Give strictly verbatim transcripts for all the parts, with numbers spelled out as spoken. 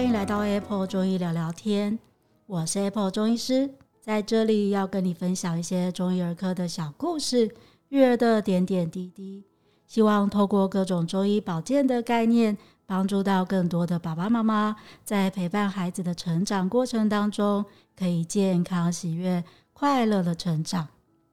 欢迎来到 Apple 中医聊聊天，我是 Apple 中医师，在这里要跟你分享一些中医儿科的小故事，育儿的点点滴滴，希望透过各种中医保健的概念，帮助到更多的爸爸妈妈在陪伴孩子的成长过程当中，可以健康喜悦快乐的成长。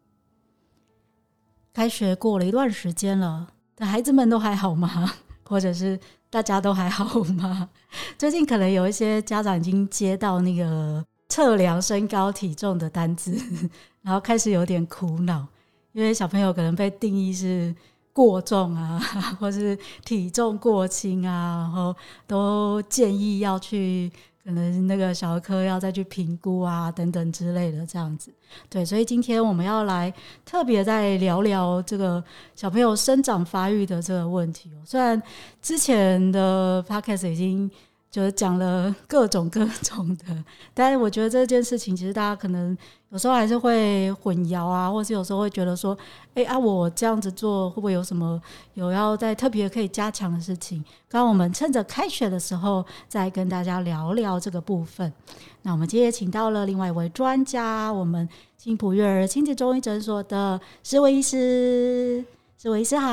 开学过了一段时间了，但孩子们都还好吗？或者是大家都还好吗？最近可能有一些家长已经接到那个测量身高体重的单子，然后开始有点苦恼，因为小朋友可能被定义是过重啊，或是体重过轻啊，然后都建议要去可能那个小儿科要再去评估啊等等之类的这样子。对，所以今天我们要来特别再聊聊这个小朋友生长发育的这个问题。虽然之前的 podcast 已经就是讲了各种各种的，但是我觉得这件事情其实大家可能有时候还是会混淆啊，或是有时候会觉得说哎啊，我这样子做会不会有什么有要再特别可以加强的事情。刚刚我们趁着开学的时候再跟大家聊聊这个部分。那我们今天请到了另外一位专家，我们新埔育儿亲子中医诊所的施维医师。施维医师好。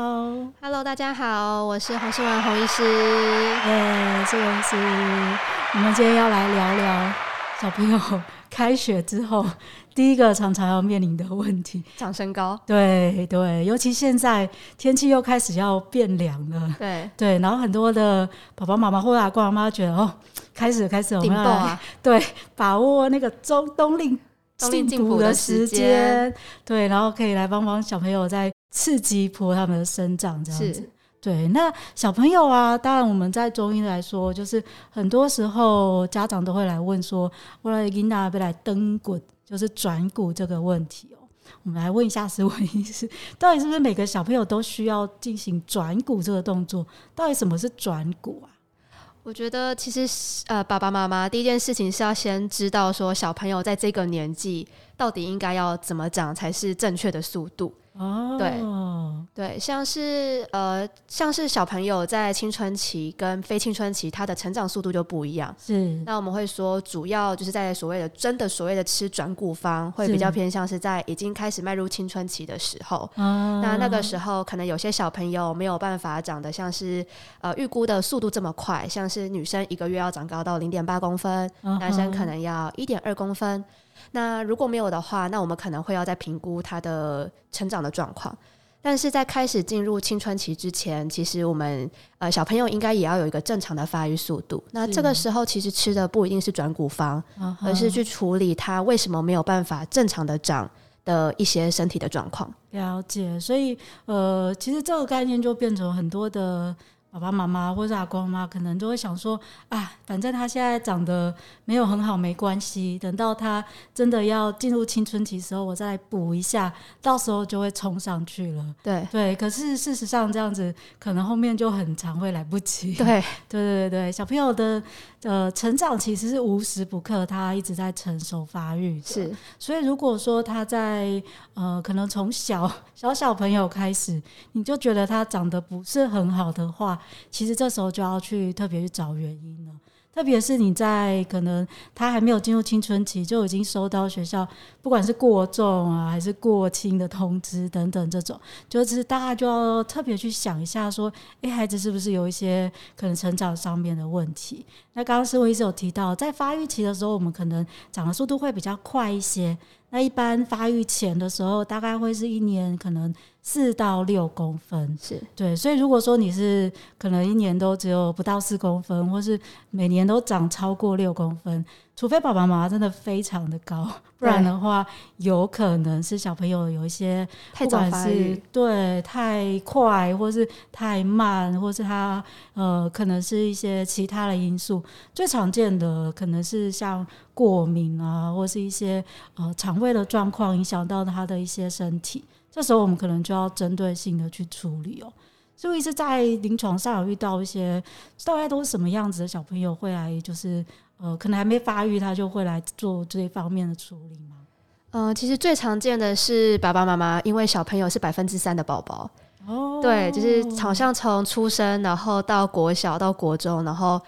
Hello， 大家好，我是洪世文洪医师。 耶，施维医师，我们今天要来聊聊小朋友开学之后第一个常常要面临的问题， 长身高。 对对，尤其现在天气又开始要变凉了， 对对，然后很多的爸爸妈妈或者阿公阿妈觉得哦，开始开始我们要来、啊、对，把握那个中冬令进补的时间，对，然后可以来帮帮小朋友在刺激波他们的生长这样子。对，那小朋友啊，当然我们在中医来说，就是很多时候家长都会来问说，我的囡仔要来蹬骨，就是转骨这个问题哦。我们来问一下施维医师，到底是不是每个小朋友都需要进行转骨这个动作？到底什么是转骨啊？ 我觉得其实呃，爸爸妈妈第一件事情是要先知道说小朋友在这个年纪到底应该要怎么长才是正确的速度。哦，对对，像是呃，像是小朋友在青春期跟非青春期，他的成长速度就不一样。是，那我们会说，主要就是在所谓的真的所谓的吃转骨方，会比较偏向是在已经开始迈入青春期的时候。啊、那那个时候，可能有些小朋友没有办法长得像是呃预估的速度这么快，像是女生一个月要长高到零点八公分，啊、男生可能要一点二公分。那如果没有的话，那我们可能会要再评估他的成长的状况。但是在开始进入青春期之前，其实我们呃小朋友应该也要有一个正常的发育速度。那这个时候其实吃的不一定是转骨方，而是去处理他为什么没有办法正常的长的一些身体的状况。 了解，所以呃，其实这个概念就变成很多的爸爸妈妈或者阿公妈可能就会想说啊，反正他现在长得没有很好没关系，等到他真的要进入青春期的时候我再来补一下，到时候就会冲上去了。对对，可是事实上这样子可能后面就很常会来不及。对对对对，小朋友的呃成长其实是无时不刻他一直在成熟发育的，是，所以如果说他在呃可能从小小小朋友开始你就觉得他长得不是很好的话，其实这时候就要去特别去找原因了。特别是你在可能他还没有进入青春期就已经收到学校不管是过重啊还是过轻的通知等等，这种就是大家就要特别去想一下说，哎，孩子是不是有一些可能成长上面的问题。那刚刚施维医师有提到在发育期的时候我们可能长的速度会比较快一些，那一般发育前的时候大概会是一年可能四到六公分，是对，所以如果说你是可能一年都只有不到四公分，或是每年都长超过六公分，除非爸爸妈妈真的非常的高，不然的话有可能是小朋友有一些太早发育， 对，太快或是太慢，或是他呃可能是一些其他的因素。最常见的可能是像过敏啊，或是一些呃肠胃的状况影响到他的一些身体，这时候我们可能就要针对性的去处理哦。所以是在临床上有遇到一些大概都是什么样子的小朋友会来就是呃可能还没发育他就会来做这一方面的处理吗？ 呃，其实最常见的是爸爸妈妈因为小朋友是百分之三的宝宝，哦，对，就是好像从出生然后到国小到国中，然后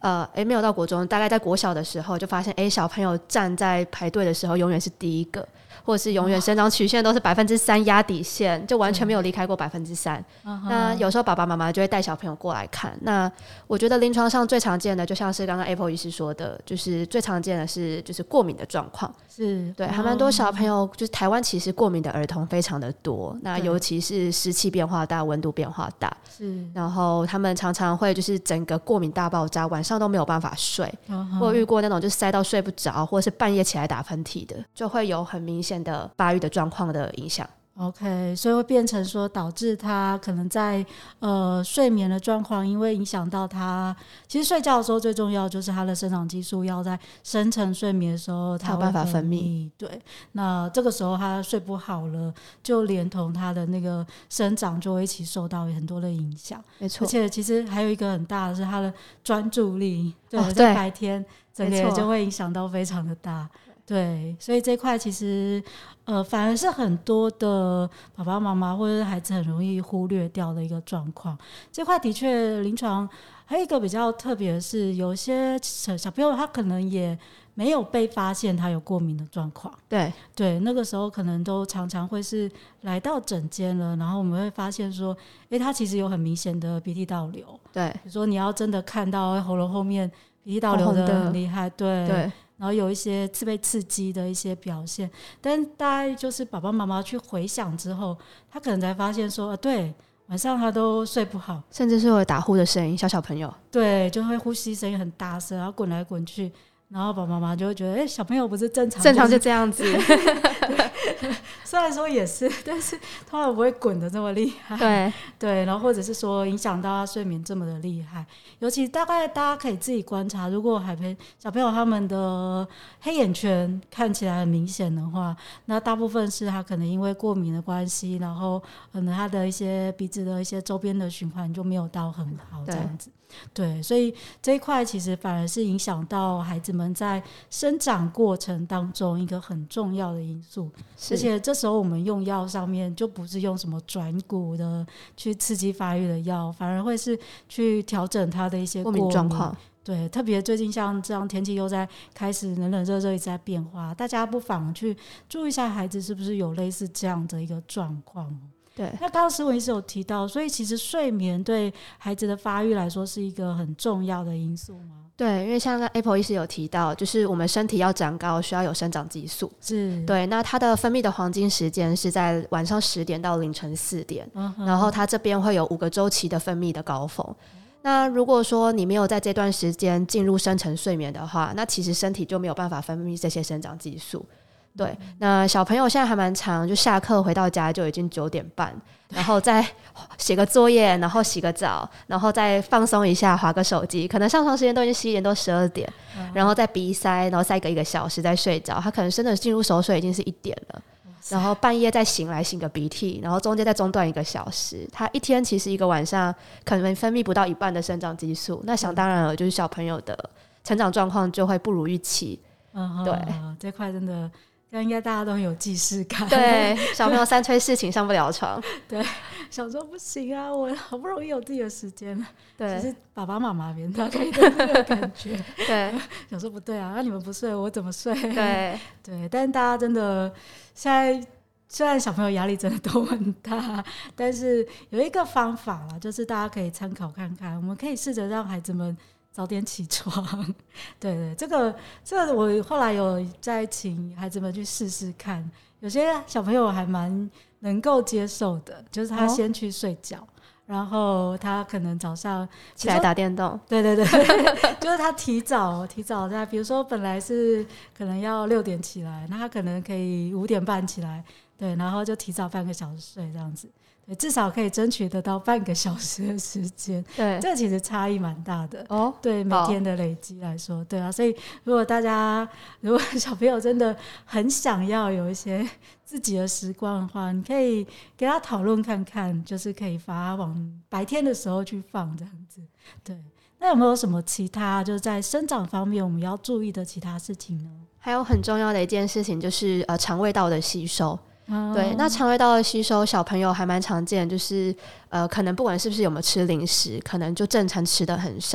呃，哎，没有到国中，大概在国小的时候就发现，哎，小朋友站在排队的时候永远是第一个，或者是永远生长曲线都是百分之三压底线，就完全没有离开过百分之三。那有时候爸爸妈妈就会带小朋友过来看。那我觉得临床上最常见的，就像是刚刚 Apple 医师说的，就是最常见的是就是过敏的状况。 是对，还蛮多小朋友，就是台湾其实过敏的儿童非常的多，那尤其是湿气变化大、温度变化大， 是， 然后他们常常会就是整个过敏大爆炸，晚上都没有办法睡。我有遇过那种就塞到睡不着，或者是半夜起来打喷嚏的，就会有很明显的发育的状况的影响。 OK， 所以会变成说导致他可能在呃睡眠的状况，因为影响到他，其实睡觉的时候最重要就是他的生长激素要在深层睡眠的时候他有办法分泌。对，那这个时候他睡不好了，就连同他的那个生长就会一起受到很多的影响。 没错， 而且其实还有一个很大的是他的专注力，对， 哦、 在白天整个就会影响到非常的大。对，所以这块其实呃反而是很多的爸爸妈妈或者是孩子很容易忽略掉的一个状况。这块的确临床还有一个比较特别的是，有些小朋友他可能也没有被发现他有过敏的状况。 对对，那个时候可能都常常会是来到诊间了，然后我们会发现说诶他其实有很明显的鼻涕倒流。 对， 比如说你要真的看到喉咙后面鼻涕倒流的很厉害。对对， 然后有一些被刺激的一些表现，但大概就是爸爸妈妈去回想之后，他可能才发现说、呃、对，晚上他都睡不好， 甚至是有打呼的声音，小小朋友对就会呼吸声音很大声，然后滚来滚去，然后爸爸妈妈就会觉得哎、欸，小朋友不是正常正常就这样子虽然说也是，但是通常不会滚得这么厉害。 对对，然后或者是说影响到他睡眠这么的厉害。尤其大概大家可以自己观察，如果海培小朋友他们的黑眼圈看起来很明显的话，那大部分是他可能因为过敏的关系，然后可能他的一些鼻子的一些周边的循环就没有到很好这样子。对，所以这一块其实反而是影响到孩子们在生长过程当中一个很重要的因素。而且这时候我们用药上面就不是用什么转骨的去刺激发育的药，反而会是去调整它的一些过敏状况。 对，特别最近像这样天气又在开始冷冷热热一直在变化，大家不妨去注意一下孩子是不是有类似这样的一个状况。 对， 那刚刚诗文医师有提到，所以其实睡眠对孩子的发育来说是一个很重要的因素吗？ 对，因为像 Apple 医师有提到，就是我们身体要长高需要有生长激素， 是对，那它的分泌的黄金时间是在晚上十点到凌晨四点、嗯、然后它这边会有五个周期的分泌的高峰。那如果说你没有在这段时间进入深层睡眠的话，那其实身体就没有办法分泌这些生长激素。对，那小朋友现在还蛮长，就下课回到家就已经九点半，然后再写个作业，然后洗个澡，然后再放松一下，滑个手机，可能上床时间都已经十一点多十二点、嗯、然后再鼻塞，然后塞个一个小时再睡着，他可能真的进入熟睡已经是一点了，然后半夜再醒来擤个鼻涕，然后中间再中断一个小时，他一天其实一个晚上可能分泌不到一半的生长激素，那想当然了，就是小朋友的成长状况就会不如预期、嗯、对， 这块真的应该大家都很有既视感。 对，小朋友三催四请上不了床对，想说不行啊，我好不容易有自己的时间了。 对， 其实爸爸妈妈别大概的那个感觉对， 想说不对啊，那你们不睡我怎么睡？ 对对，但是大家真的现在虽然小朋友压力真的都很大，但是有一个方法啦，就是大家可以参考看看，我们可以试着让孩子们早点起床。对对，这个这个我后来有在请孩子们去试试看，有些小朋友还蛮能够接受的，就是他先去睡觉、哦、然后他可能早上起来打电动。 对对对就是他提早提早在，比如说本来是可能要六点起来，那他可能可以五点半起来，对，然后就提早半个小时睡这样子，对，至少可以争取得到半个小时的时间。对，这其实差异蛮大的哦。对，每天的累积来说，对啊，所以如果大家如果小朋友真的很想要有一些自己的时光的话，你可以跟他讨论看看，就是可以把它往白天的时候去放这样子。对，那有没有什么其他就是在生长方面我们要注意的其他事情呢？ 还有很重要的一件事情就是呃肠胃道的吸收。对，那肠胃道的吸收小朋友还蛮常见，就是呃，可能不管是不是有没有吃零食，可能就正常吃的很少、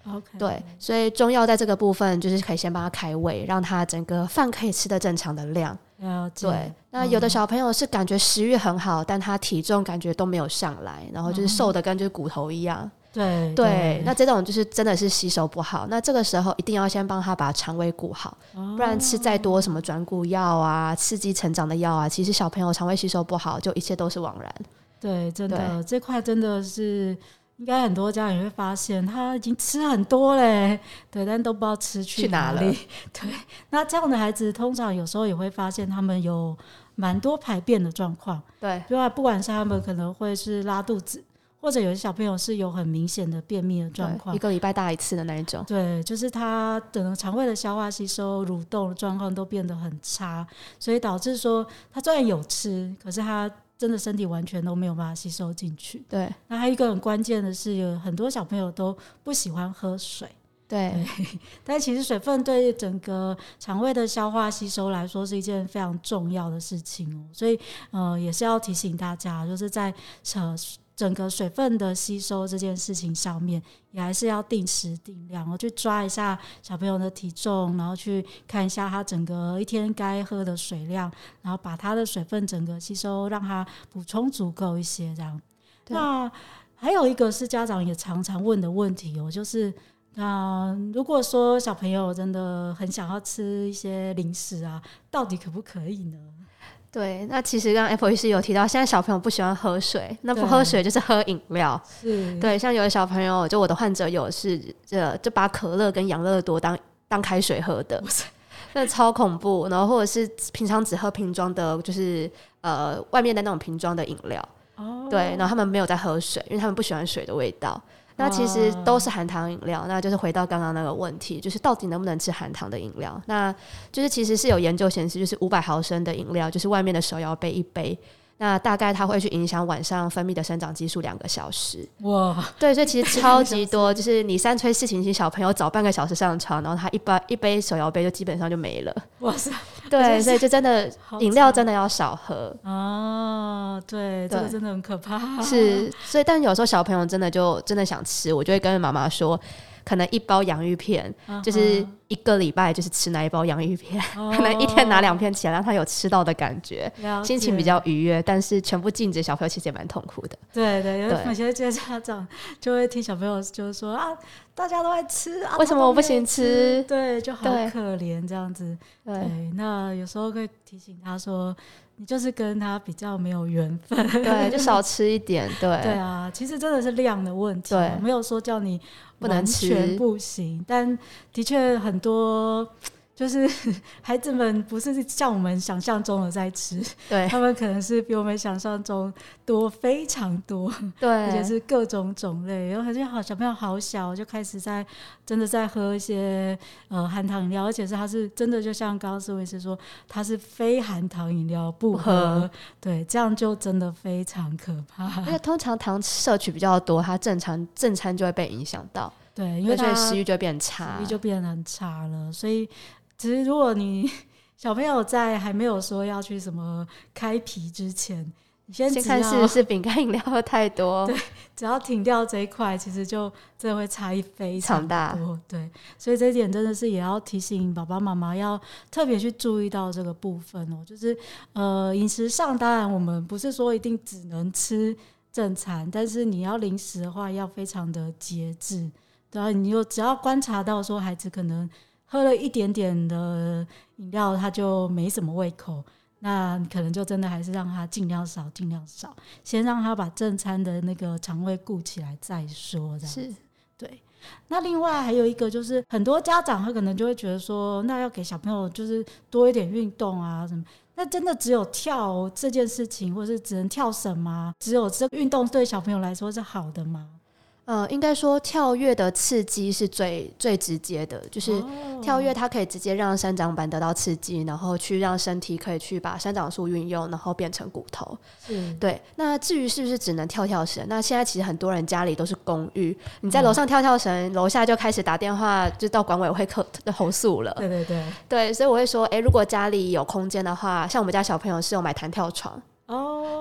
OK， 对，所以中药在这个部分就是可以先帮他开胃，让他整个饭可以吃的正常的量。 了解。 对，那有的小朋友是感觉食欲很好，但他体重感觉都没有上来，然后就是瘦的跟就是骨头一样。 对对, 对， 那这种就是真的是吸收不好，那这个时候一定要先帮他把肠胃顾好， 哦、 不然吃再多什么转骨药啊、刺激成长的药啊，其实小朋友肠胃吸收不好，就一切都是枉然。 对，真的这块真的是应该很多家长也会发现，他已经吃很多嘞，对，但都不知道吃去哪里。对，那这样的孩子通常有时候也会发现他们有蛮多排便的状况。 对， 对啊，不管是他们可能会是拉肚子，或者有些小朋友是有很明显的便秘的状况， 一个礼拜大一次的那一种。 对，就是他整个肠胃的消化吸收、蠕动的状况都变得很差，所以导致说他虽然有吃，可是他真的身体完全都没有办法吸收进去。 对， 那还有一个很关键的是，有很多小朋友都不喜欢喝水。 对, 对，但其实水分对整个肠胃的消化吸收来说是一件非常重要的事情哦，所以呃也是要提醒大家，就是在呃整个水分的吸收这件事情上面，也还是要定时定量，然后去抓一下小朋友的体重，然后去看一下他整个一天该喝的水量，然后把他的水分整个吸收，让他补充足够一些这样。那还有一个是家长也常常问的问题哦，就是那如果说小朋友真的很想要吃一些零食啊，到底可不可以呢？ 对，那其实刚刚 Apple 医师有提到，现在小朋友不喜欢喝水，那不喝水就是喝饮料。对，像有的小朋友，就我的患者有是呃，就把可乐跟养乐多当当开水喝的，那超恐怖。然后或者是平常只喝瓶装的，就是呃外面的那种瓶装的饮料。哦，对，然后他们没有在喝水，因为他们不喜欢水的味道。那其实都是含糖饮料，那就是回到刚刚那个问题，就是到底能不能吃含糖的饮料？那就是其实是有研究显示，就是五百毫升的饮料，就是外面的手摇杯一杯，那大概它会去影响晚上分泌的生长激素两个小时。哇，对，所以其实超级多，就是你三催四请请小朋友早半个小时上床，然后他一杯一杯手摇杯就基本上就没了。哇塞！对，所以就真的饮料真的要少喝哦。对，这个真的很可怕。 是，所以但有时候小朋友真的就真的想吃，我就会跟妈妈说，可能一包洋芋片、uh-huh. 就是一个礼拜就是吃那一包洋芋片， uh-huh. 可能一天拿两片起来，让他有吃到的感觉，心情比较愉悦。但是全部禁止，小朋友其实也蛮痛苦的。对对， 有些家长就会听小朋友就是说啊，大家都在吃啊， 为什么我不行吃？ 对，就好可怜这样子。 对, 对，那有时候会提醒他说，你就是跟他比较没有缘分， 对，就少吃一点。对对啊，其实真的是量的问题，对，没有说叫你不能吃全不行，但的确很多就是孩子们不是像我们想象中的在吃，对，他们可能是比我们想象中多非常多，对，而且是各种种类。然后好像好小朋友好小就开始在真的在喝一些呃含糖饮料，而且是他是真的就像刚刚思维师说，他是非含糖饮料不喝，对，这样就真的非常可怕。 因为通常糖摄取比较多，他正常正餐就会被影响到， 对，因为他食欲就变差， 食欲就变得很差了，所以。其实如果你小朋友在还没有说要去什么开皮之前，你先先看是不是饼干饮料喝太多， 对，只要停掉这一块，其实就真的会差异非常大。对，所以这一点真的是也要提醒爸爸妈妈要特别去注意到这个部分哦。就是呃饮食上，当然我们不是说一定只能吃正餐，但是你要零食的话要非常的节制。然后你就只要观察到说孩子可能喝了一点点的饮料他就没什么胃口，那你可能就真的还是让他尽量少尽量少，先让他把正餐的那个肠胃顾起来再说，这样子。是，对。那另外还有一个就是很多家长他可能就会觉得说，那要给小朋友就是多一点运动啊什么，那真的只有跳这件事情或是只能跳绳吗？只有这个运动对小朋友来说是好的吗？ 呃，应该说跳跃的刺激是最最直接的，就是跳跃它可以直接让生长板得到刺激，然后去让身体可以去把生长素运用，然后变成骨头。是，对。那至于是不是只能跳跳绳，那现在其实很多人家里都是公寓，你在楼上跳跳绳，楼、嗯、下就开始打电话就到管委会投诉了。对对对对，所以我会说，哎，如果家里有空间的话，像我们家小朋友是有买弹跳床。哦，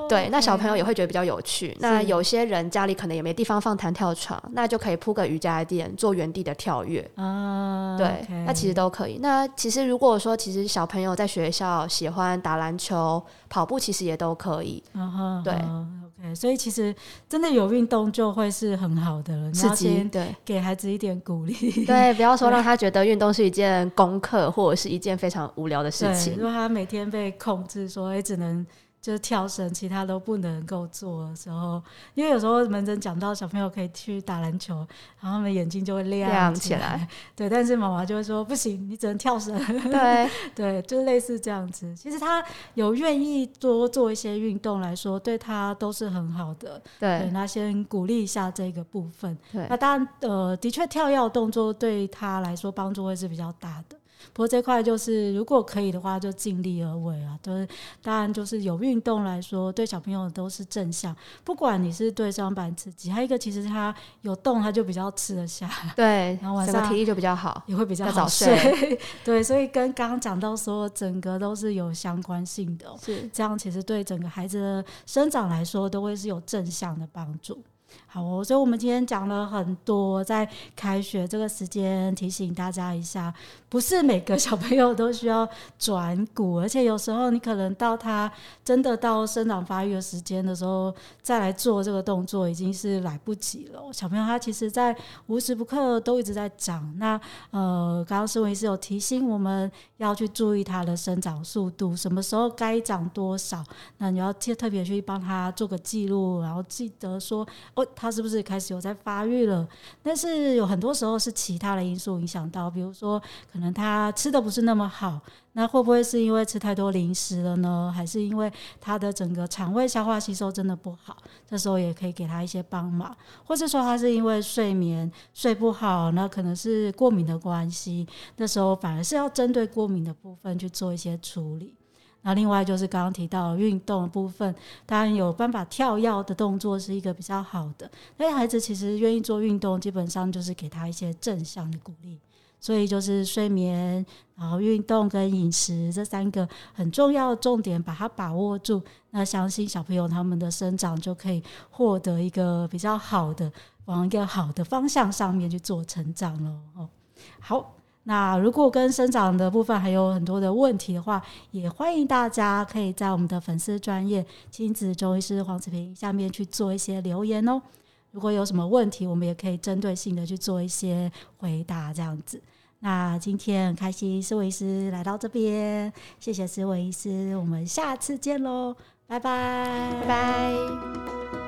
对， okay. 那小朋友也会觉得比较有趣。那有些人家里可能也没地方放弹跳床，那就可以铺个瑜伽垫做原地的跳跃啊。对， okay. 那其实都可以。那其实如果说其实小朋友在学校喜欢打篮球跑步，其实也都可以、uh-huh, 对、 uh-huh.Okay, 所以其实真的有运动就会是很好的了，你要先给孩子一点鼓励， 对，不要说让他觉得运动是一件功课或者是一件非常无聊的事情。 如果他每天被控制说、欸、只能就是跳绳其他都不能够做的时候，因为有时候门诊讲到小朋友可以去打篮球，然后他们眼睛就会亮起 来, 亮起来对，但是妈妈就会说不行，你只能跳绳， 对对，就是类似这样子。其实他有愿意多做一些运动来说对他都是很好的， 对, 对，那先鼓励一下这个部分。对，那当然呃，的确跳跃动作对他来说帮助会是比较大的，不过这块就是如果可以的话就尽力而为啊，就是当然就是有运动来说对小朋友都是正向，不管你是对上板刺激，还有一个其实他有动他就比较吃得下， 对， 然后晚上整个体力就比较好， 也会比较好睡对，所以跟刚刚讲到说整个都是有相关性的、哦、是这样，其实对整个孩子的生长来说都会是有正向的帮助。好、哦，所以我们今天讲了很多，在开学这个时间提醒大家一下，不是每个小朋友都需要转骨，而且有时候你可能到他真的到生长发育的时间的时候再来做这个动作已经是来不及了。小朋友他其实在无时不刻都一直在长，那呃，刚刚诗文医师有提醒我们要去注意他的生长速度，什么时候该长多少，那你要特别去帮他做个记录，然后记得说哦，他是不是开始有在发育了。但是有很多时候是其他的因素影响到，比如说可能他吃的不是那么好，那会不会是因为吃太多零食了呢？还是因为他的整个肠胃消化吸收真的不好，这时候也可以给他一些帮忙。或是说他是因为睡眠睡不好，那可能是过敏的关系，那时候反而是要针对过敏的部分去做一些处理。那另外就是刚刚提到运动的部分，当然有办法跳跃的动作是一个比较好的，但孩子其实愿意做运动基本上就是给他一些正向的鼓励，所以就是睡眠然后运动跟饮食这三个很重要的重点把它把握住，那相信小朋友他们的生长就可以获得一个比较好的往一个好的方向上面去做成长了。好，那如果跟生长的部分还有很多的问题的话，也欢迎大家可以在我们的粉丝专页亲子中医师黄子平下面去做一些留言哦。如果有什么问题我们也可以针对性的去做一些回答这样子。那今天很开心诗文医师来到这边，谢谢诗文医师，我们下次见咯，拜拜拜拜。